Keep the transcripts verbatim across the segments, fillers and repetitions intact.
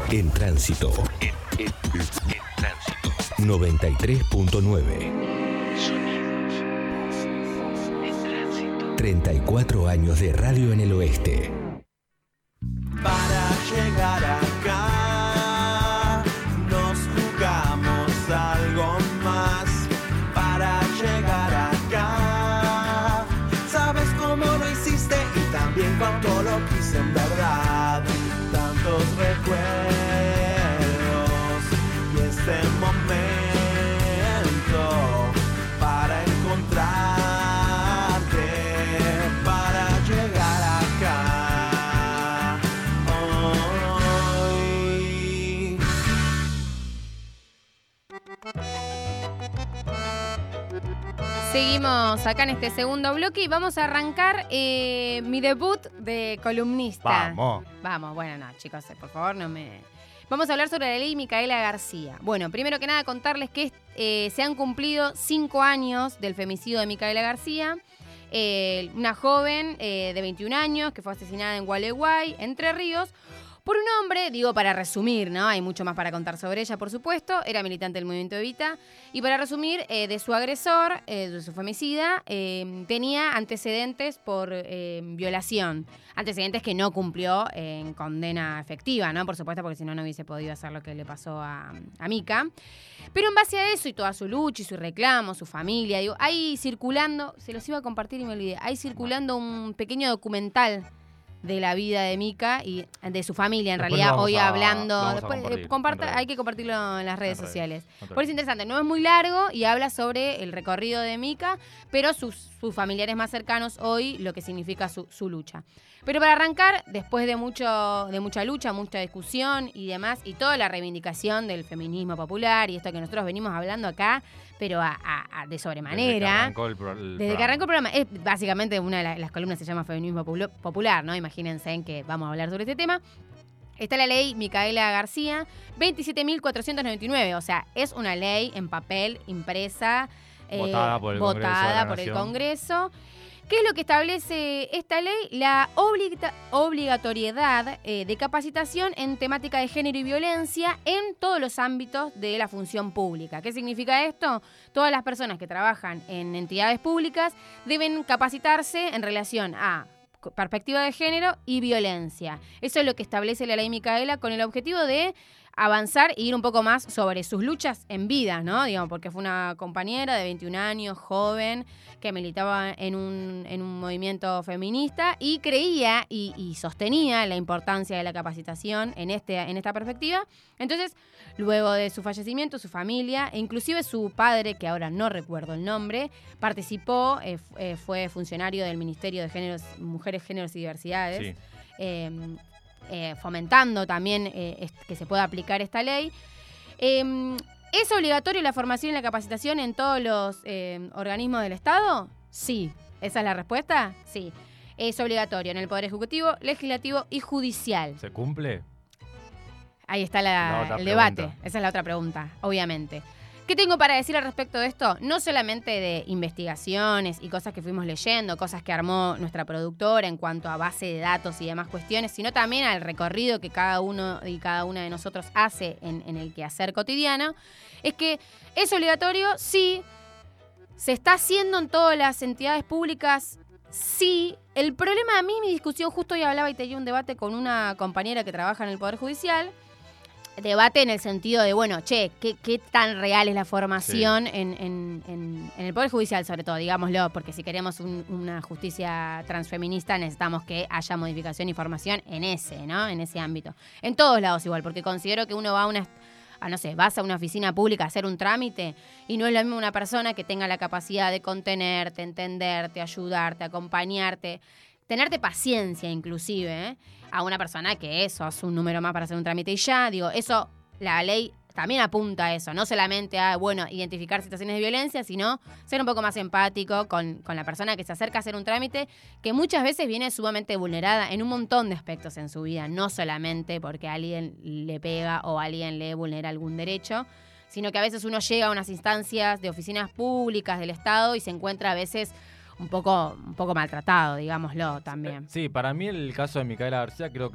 En tránsito. En, en, en tránsito. noventa y tres punto nueve. Sonidos. En tránsito. treinta y cuatro años de radio en el oeste. Para llegar acá, nos jugamos algo más. Para llegar acá, sabes cómo lo hiciste y también cuánto lo quise en verdad. Tantos recuerdos y este momento para encontrarte, para llegar acá hoy. Seguimos acá en este segundo bloque y vamos a arrancar eh, mi debut de columnista. Vamos. Vamos, bueno, no, chicos, por favor, no me... Vamos a hablar sobre la ley Micaela García. Bueno, primero que nada contarles que eh, se han cumplido cinco años del femicidio de Micaela García, eh, una joven eh, de veintiún años que fue asesinada en Gualeguay, Entre Ríos, por un hombre, digo para resumir, ¿no? Hay mucho más para contar sobre ella, por supuesto. Era militante del movimiento Evita. Y para resumir, eh, de su agresor, eh, de su femicida, eh, tenía antecedentes por eh, violación. Antecedentes que no cumplió eh, en condena efectiva, ¿no? Por supuesto, porque si no, no hubiese podido hacer lo que le pasó a, a Mica. Pero en base a eso y toda su lucha y su reclamo, su familia, digo, hay circulando, se los iba a compartir y me olvidé, hay circulando un pequeño documental de la vida de Mica y de su familia, en Después realidad, hoy a, hablando. Después, eh, comparta, hay que compartirlo en las redes en redes, sociales. redes. Por eso es interesante, no es muy largo y habla sobre el recorrido de Mica, pero sus, sus familiares más cercanos hoy, lo que significa su, su lucha. Pero para arrancar, después de mucho de mucha lucha, mucha discusión y demás, y toda la reivindicación del feminismo popular y esto que nosotros venimos hablando acá, pero a, a, a de sobremanera. Desde que arrancó el, pro, el Desde que arrancó el programa. Es básicamente una de la, las columnas se llama Feminismo Popular, ¿no? Imagínense en que vamos a hablar sobre este tema. Está la ley Micaela García, veintisiete mil cuatrocientos noventa y nueve. O sea, es una ley en papel, impresa, votada por el votada Congreso. De la por el Nación. Congreso. ¿Qué es lo que establece esta ley? La obliga- obligatoriedad eh, de capacitación en temática de género y violencia en todos los ámbitos de la función pública. ¿Qué significa esto? Todas las personas que trabajan en entidades públicas deben capacitarse en relación a perspectiva de género y violencia. Eso es lo que establece la ley Micaela con el objetivo de avanzar e ir un poco más sobre sus luchas en vida, ¿no? Digamos, porque fue una compañera de veintiún años, joven, que militaba en un, en un movimiento feminista y creía y, y sostenía la importancia de la capacitación en, este, en esta perspectiva. Entonces, luego de su fallecimiento, su familia, e inclusive su padre, que ahora no recuerdo el nombre, participó, eh, eh, fue funcionario del Ministerio de Géneros, Mujeres, Géneros y Diversidades. Sí. Eh, Eh, fomentando también eh, es, que se pueda aplicar esta ley. Eh, ¿Es obligatorio la formación y la capacitación en todos los eh, organismos del Estado? Sí. ¿Esa es la respuesta? Sí. Es obligatorio en el Poder Ejecutivo, Legislativo y Judicial. ¿Se cumple? Ahí está la, La otra el pregunta. debate. Esa es la otra pregunta, obviamente. ¿Qué tengo para decir al respecto de esto? No solamente de investigaciones y cosas que fuimos leyendo, cosas que armó nuestra productora en cuanto a base de datos y demás cuestiones, sino también al recorrido que cada uno y cada una de nosotros hace en, en el quehacer cotidiano, es que es obligatorio, sí, se está haciendo en todas las entidades públicas, sí. El problema, a mí, mi discusión, justo hoy hablaba y tenía un debate con una compañera que trabaja en el Poder Judicial, debate en el sentido de, bueno, che, ¿qué, qué tan real es la formación sí. en, en, en, en el Poder Judicial, sobre todo, digámoslo? Porque si queremos un, una justicia transfeminista necesitamos que haya modificación y formación en ese, ¿no? En ese ámbito. En todos lados igual, porque considero que uno va a una... A, no sé, vas a una oficina pública a hacer un trámite y no es lo mismo una persona que tenga la capacidad de contenerte, entenderte, ayudarte, acompañarte, tenerte paciencia inclusive, ¿eh? A una persona que eso es un número más para hacer un trámite y ya, digo, eso, la ley también apunta a eso, no solamente a, bueno, identificar situaciones de violencia, sino ser un poco más empático con, con la persona que se acerca a hacer un trámite, que muchas veces viene sumamente vulnerada en un montón de aspectos en su vida, no solamente porque alguien le pega o alguien le vulnera algún derecho, sino que a veces uno llega a unas instancias de oficinas públicas del Estado y se encuentra a veces un poco, un poco maltratado, digámoslo también. Sí, para mí el caso de Micaela García creo que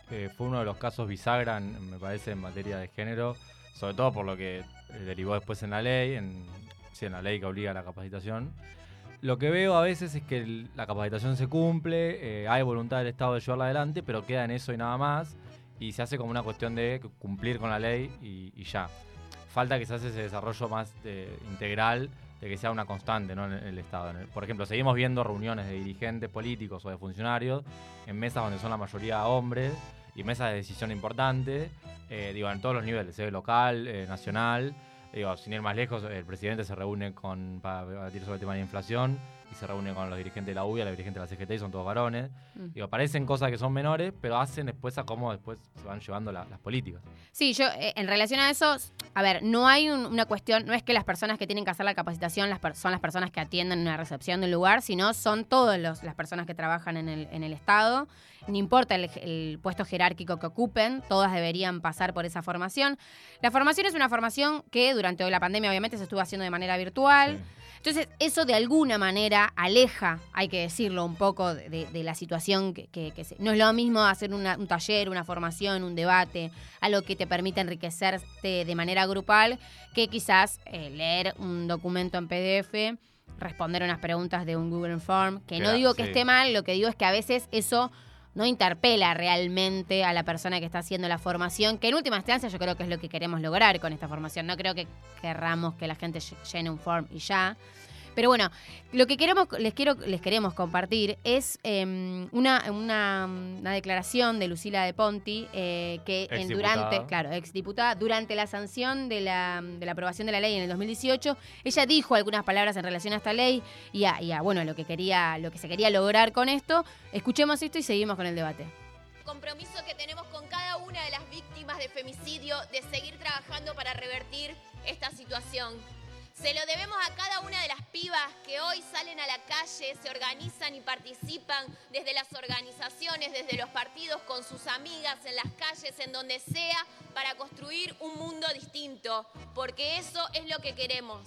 eh, fue uno de los casos bisagra, en, me parece, en materia de género, sobre todo por lo que eh, derivó después en la ley, en, sí, en la ley que obliga a la capacitación. Lo que veo a veces es que el, la capacitación se cumple, eh, hay voluntad del Estado de llevarla adelante, pero queda en eso y nada más, y se hace como una cuestión de cumplir con la ley y, y ya. Falta que se hace ese desarrollo más de, integral, de que sea una constante, ¿no? en, el, en el Estado. En el, por ejemplo, seguimos viendo reuniones de dirigentes políticos o de funcionarios en mesas donde son la mayoría hombres y mesas de decisión importantes, eh, digo, en todos los niveles, eh, local, eh, nacional. Digo, sin ir más lejos, el presidente se reúne con, para debatir sobre el tema de la inflación y se reúne con los dirigentes de la U I A, los dirigentes de la C G T, y son todos varones. Mm. Digo, parecen cosas que son menores, pero hacen después a cómo después se van llevando la, las políticas. Sí, yo eh, en relación a eso, a ver, no hay un, una cuestión, no es que las personas que tienen que hacer la capacitación las per, son las personas que atienden una recepción del lugar, sino son todas las personas que trabajan en el, en el Estado. No importa el, el puesto jerárquico que ocupen, todas deberían pasar por esa formación. La formación es una formación que durante la pandemia obviamente se estuvo haciendo de manera virtual. Sí. Entonces, eso de alguna manera aleja, hay que decirlo, un poco de, de, de la situación que, que, que se, no es lo mismo hacer una, un taller, una formación, un debate, algo que te permita enriquecerte de manera grupal, que quizás eh, leer un documento en P D F, responder unas preguntas de un Google Form, que no digo que sí. esté mal, lo que digo es que a veces eso no interpela realmente a la persona que está haciendo la formación, que en última instancia yo creo que es lo que queremos lograr con esta formación. No creo que querramos que la gente llene un form y ya. Pero bueno, lo que queremos, les quiero, les queremos compartir es eh, una, una, una declaración de Lucila de Ponti, eh, que en durante, claro, exdiputada, durante la sanción de la, de la aprobación de la ley en el dos mil dieciocho, ella dijo algunas palabras en relación a esta ley y a, y a bueno, lo que quería, lo que se quería lograr con esto. Escuchemos esto y seguimos con el debate. Compromiso que tenemos con cada una de las víctimas de femicidio de seguir trabajando para revertir esta situación. Se lo debemos a cada una de las pibas que hoy salen a la calle, se organizan y participan desde las organizaciones, desde los partidos, con sus amigas, en las calles, en donde sea, para construir un mundo distinto, porque eso es lo que queremos.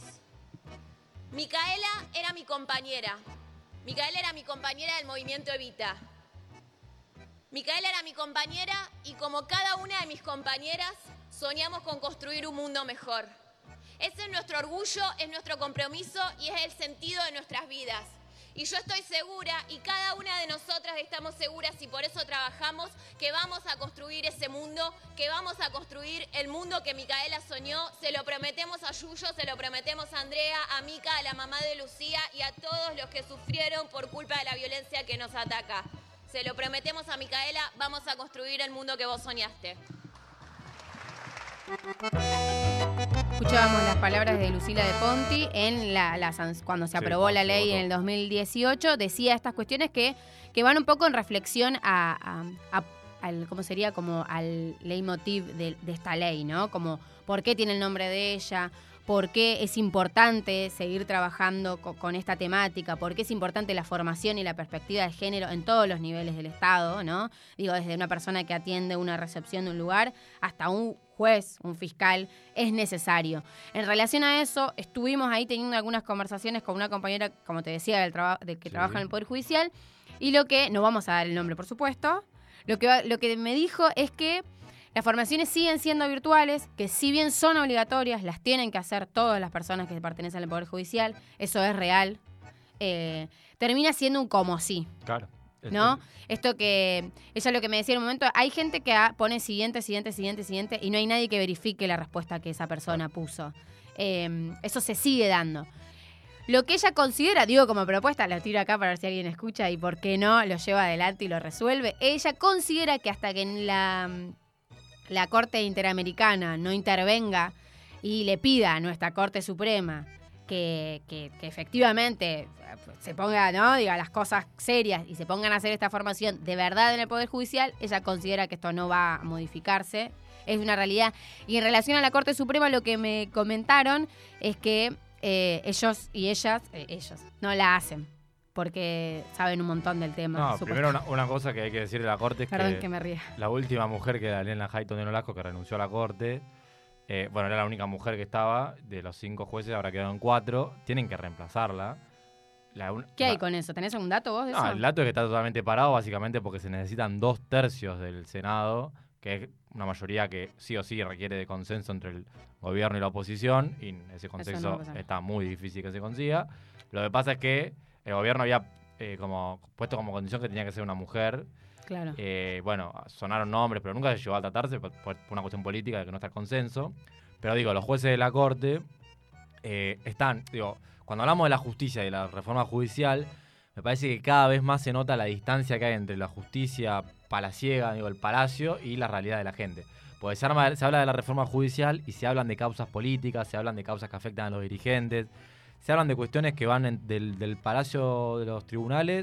Micaela era mi compañera. Micaela era mi compañera del movimiento Evita. Micaela era mi compañera y como cada una de mis compañeras, soñamos con construir un mundo mejor. Ese es nuestro orgullo, es nuestro compromiso y es el sentido de nuestras vidas. Y yo estoy segura, y cada una de nosotras estamos seguras, y por eso trabajamos, que vamos a construir ese mundo, que vamos a construir el mundo que Micaela soñó. Se lo prometemos a Yuyo, se lo prometemos a Andrea, a Mica, a la mamá de Lucía y a todos los que sufrieron por culpa de la violencia que nos ataca. Se lo prometemos a Micaela, vamos a construir el mundo que vos soñaste. Escuchábamos las palabras de Lucila de Ponti en la, la cuando se aprobó sí, la ley votó. En el dos mil dieciocho. Decía estas cuestiones que, que van un poco en reflexión a, a, a al, ¿cómo sería? Como al leitmotiv de, de esta ley, ¿no? Como por qué tiene el nombre de ella, por qué es importante seguir trabajando con, con esta temática, por qué es importante la formación y la perspectiva de género en todos los niveles del Estado, ¿no? Digo, desde una persona que atiende una recepción de un lugar hasta un juez, un fiscal, es necesario. En relación a eso, estuvimos ahí teniendo algunas conversaciones con una compañera, como te decía, del traba, de que sí. trabaja en el Poder Judicial, y lo que, no vamos a dar el nombre, por supuesto, lo que, lo que me dijo es que las formaciones siguen siendo virtuales, que si bien son obligatorias, las tienen que hacer todas las personas que pertenecen al Poder Judicial, eso es real, eh, termina siendo un como sí. Claro. ¿No? Esto que, eso es lo que me decía en un momento, hay gente que pone siguiente, siguiente, siguiente, siguiente, y no hay nadie que verifique la respuesta que esa persona puso. Eh, eso se sigue dando. Lo que ella considera, digo como propuesta, lo tiro acá para ver si alguien escucha y por qué no, lo lleva adelante y lo resuelve. Ella considera que hasta que en la, la Corte Interamericana no intervenga y le pida a nuestra Corte Suprema que, que, que efectivamente se ponga, ¿no? Diga las cosas serias y se pongan a hacer esta formación de verdad en el Poder Judicial, ella considera que esto no va a modificarse. Es una realidad. Y en relación a la Corte Suprema, lo que me comentaron es que eh, ellos y ellas, eh, ellos, no la hacen. Porque saben un montón del tema. No, primero una, una cosa que hay que decir de la Corte es Perdón que, que me ría. La última mujer que era Elena Hayton de Nolasco, que renunció a la Corte, eh, bueno, era la única mujer que estaba, de los cinco jueces, ahora quedaron cuatro, tienen que reemplazarla. La un- ¿Qué hay la- con eso? ¿Tenés algún dato vos de No, eso? el dato es que está totalmente parado, básicamente porque se necesitan dos tercios del Senado, que es una mayoría que sí o sí requiere de consenso entre el gobierno y la oposición, y ese consenso no pasa. está muy difícil que se consiga. Lo que pasa es que el gobierno había eh, como puesto como condición que tenía que ser una mujer. Claro. Eh, bueno, sonaron nombres, pero nunca se llegó a tratarse por, por una cuestión política de que no está el consenso. Pero digo, los jueces de la Corte eh, están, digo, cuando hablamos de la justicia y de la reforma judicial, me parece que cada vez más se nota la distancia que hay entre la justicia palaciega, digo, el palacio, y la realidad de la gente. Porque se, arma- se habla de la reforma judicial y se hablan de causas políticas, se hablan de causas que afectan a los dirigentes, se hablan de cuestiones que van en- del, del palacio de los tribunales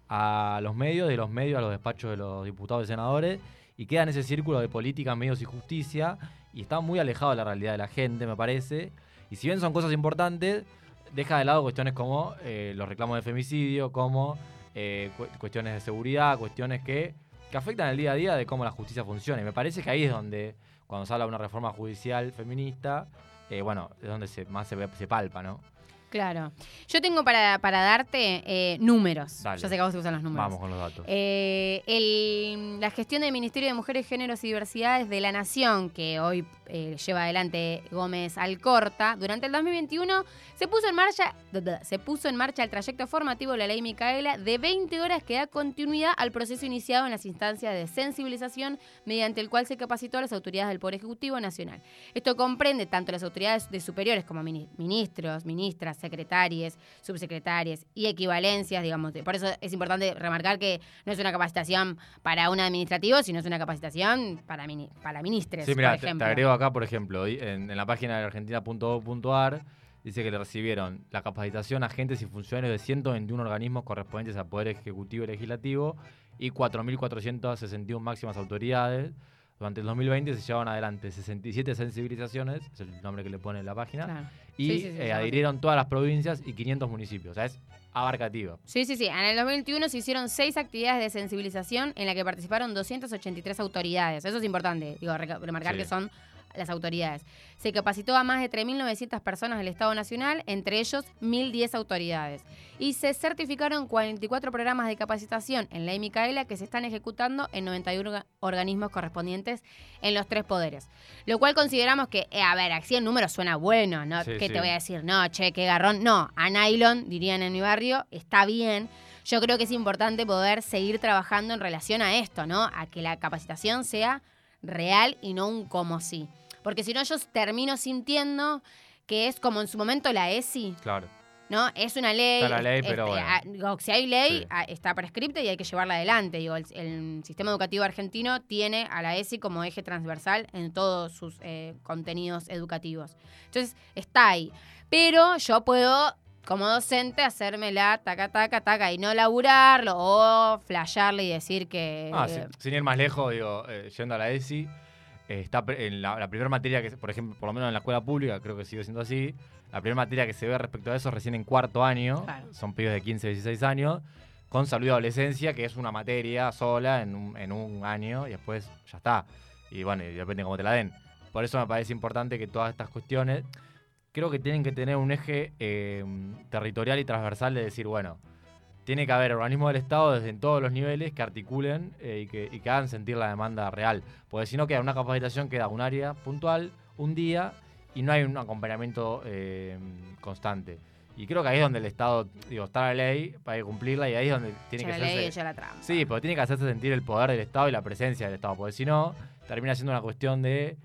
a los medios, de los medios a los despachos de los diputados y senadores, y queda en ese círculo de política, medios y justicia, y está muy alejado de la realidad de la gente, me parece. Y si bien son cosas importantes, deja de lado cuestiones como eh, los reclamos de femicidio, como eh, cu- cuestiones de seguridad, cuestiones que, que afectan el día a día de cómo la justicia funciona. Y me parece que ahí es donde, cuando se habla de una reforma judicial feminista, eh, bueno, es donde se, más se, ve- se palpa, ¿no? Claro. Yo tengo para, para darte eh, números. Dale. Yo sé que a vos te gustan los números. Vamos con los datos. Eh, el- la gestión del Ministerio de Mujeres, Géneros y Diversidades de la Nación, que hoy eh, lleva adelante Gómez Alcorta, durante el dos mil veintiuno se puso en marcha se puso en marcha el trayecto formativo de la Ley Micaela de veinte horas que da continuidad al proceso iniciado en las instancias de sensibilización, mediante el cual se capacitó a las autoridades del Poder Ejecutivo Nacional. Esto comprende tanto las autoridades de superiores como mini- ministros, ministras, secretarias, subsecretarias y equivalencias, digamos. Por eso es importante remarcar que no es una capacitación para un administrativo, sino es una capacitación para, mini- para ministres, Sí, mira, por te, te ejemplo. agrego acá, por ejemplo, di- en, en la página de argentina punto gov punto ar dice que le recibieron la capacitación a agentes y funcionarios de ciento veintiuno organismos correspondientes al Poder Ejecutivo y Legislativo y cuatro mil cuatrocientas sesenta y una máximas autoridades. Durante el dos mil veinte se llevaron adelante sesenta y siete sensibilizaciones, es el nombre que le pone en la página, Claro. y Sí, sí, sí, eh, se llama así. adhirieron todas las provincias y quinientos municipios. O sea, es abarcativo. Sí, sí, sí. En el dos mil veintiuno se hicieron seis actividades de sensibilización en la que participaron doscientas ochenta y tres autoridades. Eso es importante, digo, reca- remarcar Sí. que son las autoridades. Se capacitó a más de tres mil novecientas personas del Estado Nacional, entre ellos mil diez autoridades. Y se certificaron cuarenta y cuatro programas de capacitación en Ley Micaela que se están ejecutando en noventa y uno orga- organismos correspondientes en los tres poderes. Lo cual consideramos que, eh, a ver, así en números suena bueno, ¿no? Sí, ¿Qué sí. te voy a decir? No, che, qué garrón. No, a nylon, dirían en mi barrio, está bien. Yo creo que es importante poder seguir trabajando en relación a esto, ¿no? A que la capacitación sea real y no un como si. Porque si no, yo termino sintiendo que es como en su momento la E S I, Claro. ¿no? Es una ley. Está la ley, es- pero este, bueno. ah, digo, si hay ley, Sí. ah, está prescripta y hay que llevarla adelante. Digo, el, el sistema educativo argentino tiene a la E S I como eje transversal en todos sus eh, contenidos educativos. Entonces, está ahí. Pero yo puedo, como docente, hacerme la taca, taca, taca y no laburarlo o flashearle y decir que... Ah, eh, sin, sin ir más lejos, digo, eh, yendo a la E S I, eh, está pre- en la, la primera materia que, por ejemplo, por lo menos en la escuela pública, creo que sigue siendo así, la primera materia que se ve respecto a eso recién en cuarto año, Claro. son pibes de quince, dieciséis años, con salud y adolescencia, que es una materia sola en un, en un año y después ya está. Y bueno, y depende cómo te la den. Por eso me parece importante que todas estas cuestiones, creo que tienen que tener un eje eh, territorial y transversal de decir, bueno, tiene que haber organismos del Estado desde en todos los niveles que articulen eh, y, que, y que hagan sentir la demanda real. Porque si no queda una capacitación, queda un área puntual, un día, y no hay un acompañamiento eh, constante. Y creo que ahí es donde el Estado, digo, está la ley para cumplirla y ahí es donde tiene echa que la ley, hacerse... echa la trampa. Sí, pero tiene que hacerse sentir el poder del Estado y la presencia del Estado, porque si no, termina siendo una cuestión de...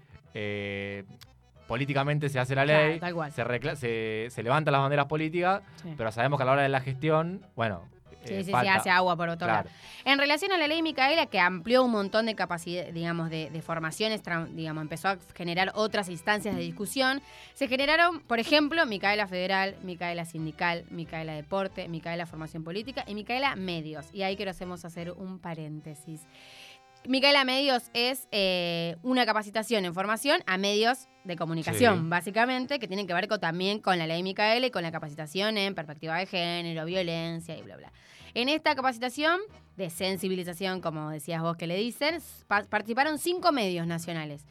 eh, políticamente se hace la Claro, ley, tal cual. se, recla- se, se levantan las banderas políticas, Sí. pero sabemos que a la hora de la gestión, bueno... Sí, eh, sí, falta. sí, hace agua por otro Claro. lado. En relación a la ley Micaela, que amplió un montón de capacidad, digamos, de, de formaciones, tra- digamos, empezó a generar otras instancias de discusión, se generaron, por ejemplo, Micaela Federal, Micaela Sindical, Micaela Deporte, Micaela Formación Política y Micaela Medios. Y ahí queremos hacer un paréntesis. Micaela Medios es eh, una capacitación en formación a medios de comunicación, Sí. básicamente, que tienen que ver con, también con la ley Micaela y con la capacitación en perspectiva de género, violencia y bla, bla. En esta capacitación de sensibilización, como decías vos que le dicen, pa- participaron cinco medios nacionales.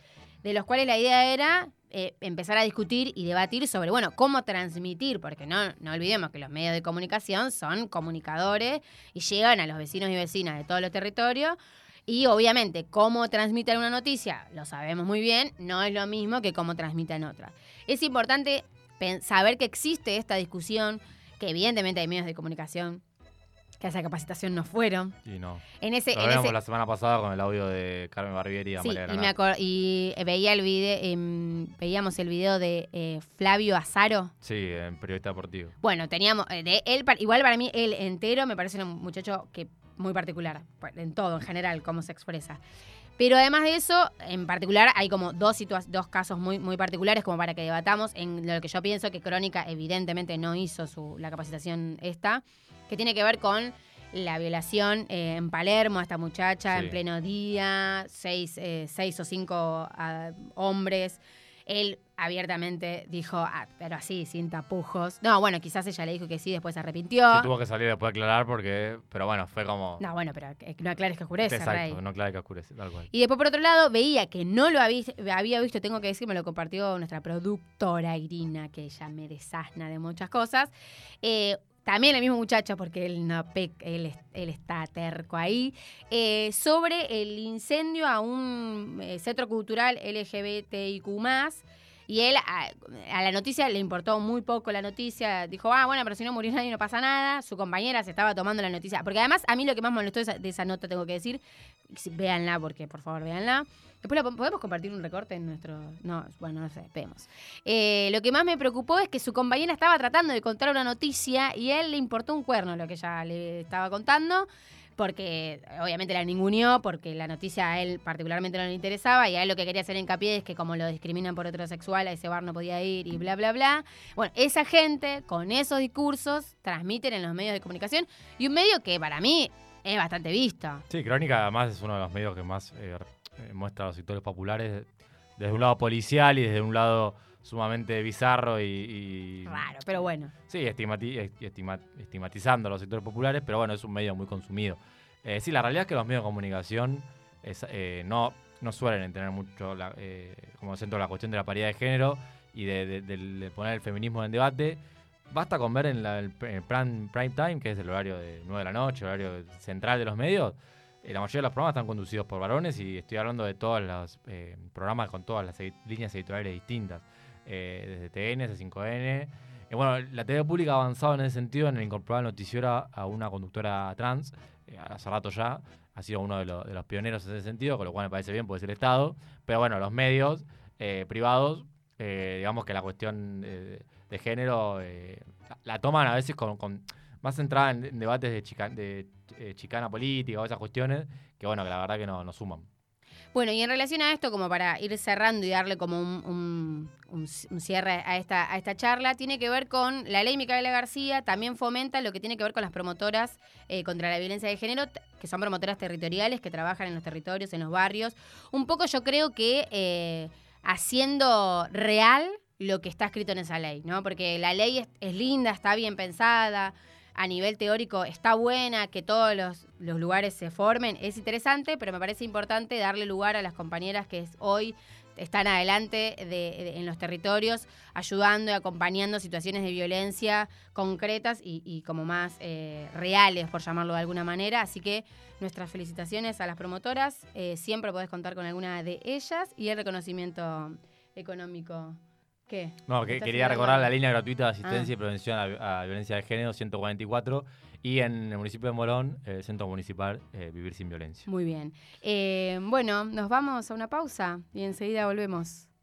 de los cuales la idea era eh, empezar a discutir y debatir sobre, bueno, cómo transmitir, porque no, no olvidemos que los medios de comunicación son comunicadores y llegan a los vecinos y vecinas de todos los territorios. Y obviamente, cómo transmiten una noticia, lo sabemos muy bien, no es lo mismo que cómo transmiten otra. Es importante saber que existe esta discusión, que evidentemente hay medios de comunicación que a esa capacitación no fueron. Y no. En ese, Lo en vimos ese... la semana pasada con el audio de Carmen Barbieri y Sí, Amalia y, Granat. me acor- y veía el video, eh, veíamos el video de eh, Flavio Azaro. Sí, en periodista deportivo. Bueno, teníamos, eh, de él, igual para mí, él entero me parece un muchacho que muy particular, en todo, en general, cómo se expresa. Pero además de eso, en particular, hay como dos, situa- dos casos muy, muy particulares como para que debatamos en lo que yo pienso que Crónica evidentemente no hizo su, la capacitación esta, que tiene que ver con la violación eh, en Palermo a esta muchacha Sí. en pleno día, seis, eh, seis o cinco uh, hombres. Él abiertamente dijo, ah, pero así, sin tapujos. No, bueno, quizás ella le dijo que sí, después se arrepintió. Sí, tuvo que salir después a aclarar porque... Pero bueno, fue como... No, bueno, pero que- no aclares que oscurece, Exacto, Rey. no clave que oscurece, tal cual. Y después, por otro lado, veía que no lo había, había visto, tengo que decir, me lo compartió nuestra productora Irina, que ella me desasna de muchas cosas. Eh, también el mismo muchacho, porque él no pe- él, es- él está terco ahí, eh, sobre el incendio a un eh, centro cultural L G B T I Q más. Y él a, a la noticia le importó muy poco la noticia. Dijo, ah, bueno, pero si no murió nadie no pasa nada. Su compañera se estaba tomando la noticia. Porque además a mí lo que más molestó de esa, de esa nota, tengo que decir, si- véanla, porque por favor véanla. Después la, po- podemos compartir un recorte en nuestro... No, bueno, no sé, vemos. Eh, lo que más me preocupó es que su compañera estaba tratando de contar una noticia y a él le importó un cuerno lo que ella le estaba contando. Porque obviamente la ninguneó, porque la noticia a él particularmente no le interesaba y a él lo que quería hacer hincapié es que como lo discriminan por heterosexual, a ese bar no podía ir y bla, bla, bla. Bueno, esa gente con esos discursos transmiten en los medios de comunicación y un medio que para mí es bastante visto. Sí, Crónica además es uno de los medios que más eh, eh, muestra a los sectores populares desde un lado policial y desde un lado sumamente bizarro y... y Raro, pero bueno. Sí, estigmati- estima- estigmatizando a los sectores populares, pero bueno, es un medio muy consumido. Eh, sí, la realidad es que los medios de comunicación es, eh, no, no suelen tener mucho la, eh, como centro la cuestión de la paridad de género y de, de- de- de poner el feminismo en debate. Basta con ver en la- el, el prime, prime time, que es el horario de nueve de la noche, el horario central de los medios. Eh, la mayoría de los programas están conducidos por varones y estoy hablando de todos los eh, programas con todas las edi- líneas editoriales distintas. Eh, desde T N, C cinco N. Eh, bueno, la T V pública ha avanzado en ese sentido en el incorporar al noticiero a, a una conductora trans, eh, hace rato ya, ha sido uno de, lo- de los pioneros en ese sentido, con lo cual me parece bien, puede ser el Estado, pero bueno, los medios eh, privados, eh, digamos que la cuestión eh, de género eh, la, la toman a veces con, con más centrada en, en debates de, chica- de eh, chicana política o esas cuestiones, que bueno, que la verdad que no, no suman. Bueno, y en relación a esto, como para ir cerrando y darle como un, un- un- un cierre a esta, a esta charla, tiene que ver con la ley Micaela García, también fomenta lo que tiene que ver con las promotoras eh, contra la violencia de género, t- que son promotoras territoriales que trabajan en los territorios, en los barrios. Un poco yo creo que eh, haciendo real lo que está escrito en esa ley, ¿no? Porque la ley es, es linda, está bien pensada, a nivel teórico está buena, que todos los, los lugares se formen, es interesante, pero me parece importante darle lugar a las compañeras que es- hoy están adelante de- de- en los territorios, ayudando y acompañando situaciones de violencia concretas y, y como más eh, reales, por llamarlo de alguna manera. Así que nuestras felicitaciones a las promotoras. Eh, siempre podés contar con alguna de ellas y el reconocimiento económico. ¿Qué? No, que ¿Estás quería mirando? recordar la línea gratuita de asistencia Ah. y prevención a, a violencia de género ciento cuarenta y cuatro y en el municipio de Morón, el Centro Municipal eh, Vivir Sin Violencia. Muy bien. Eh, bueno, nos vamos a una pausa y enseguida volvemos.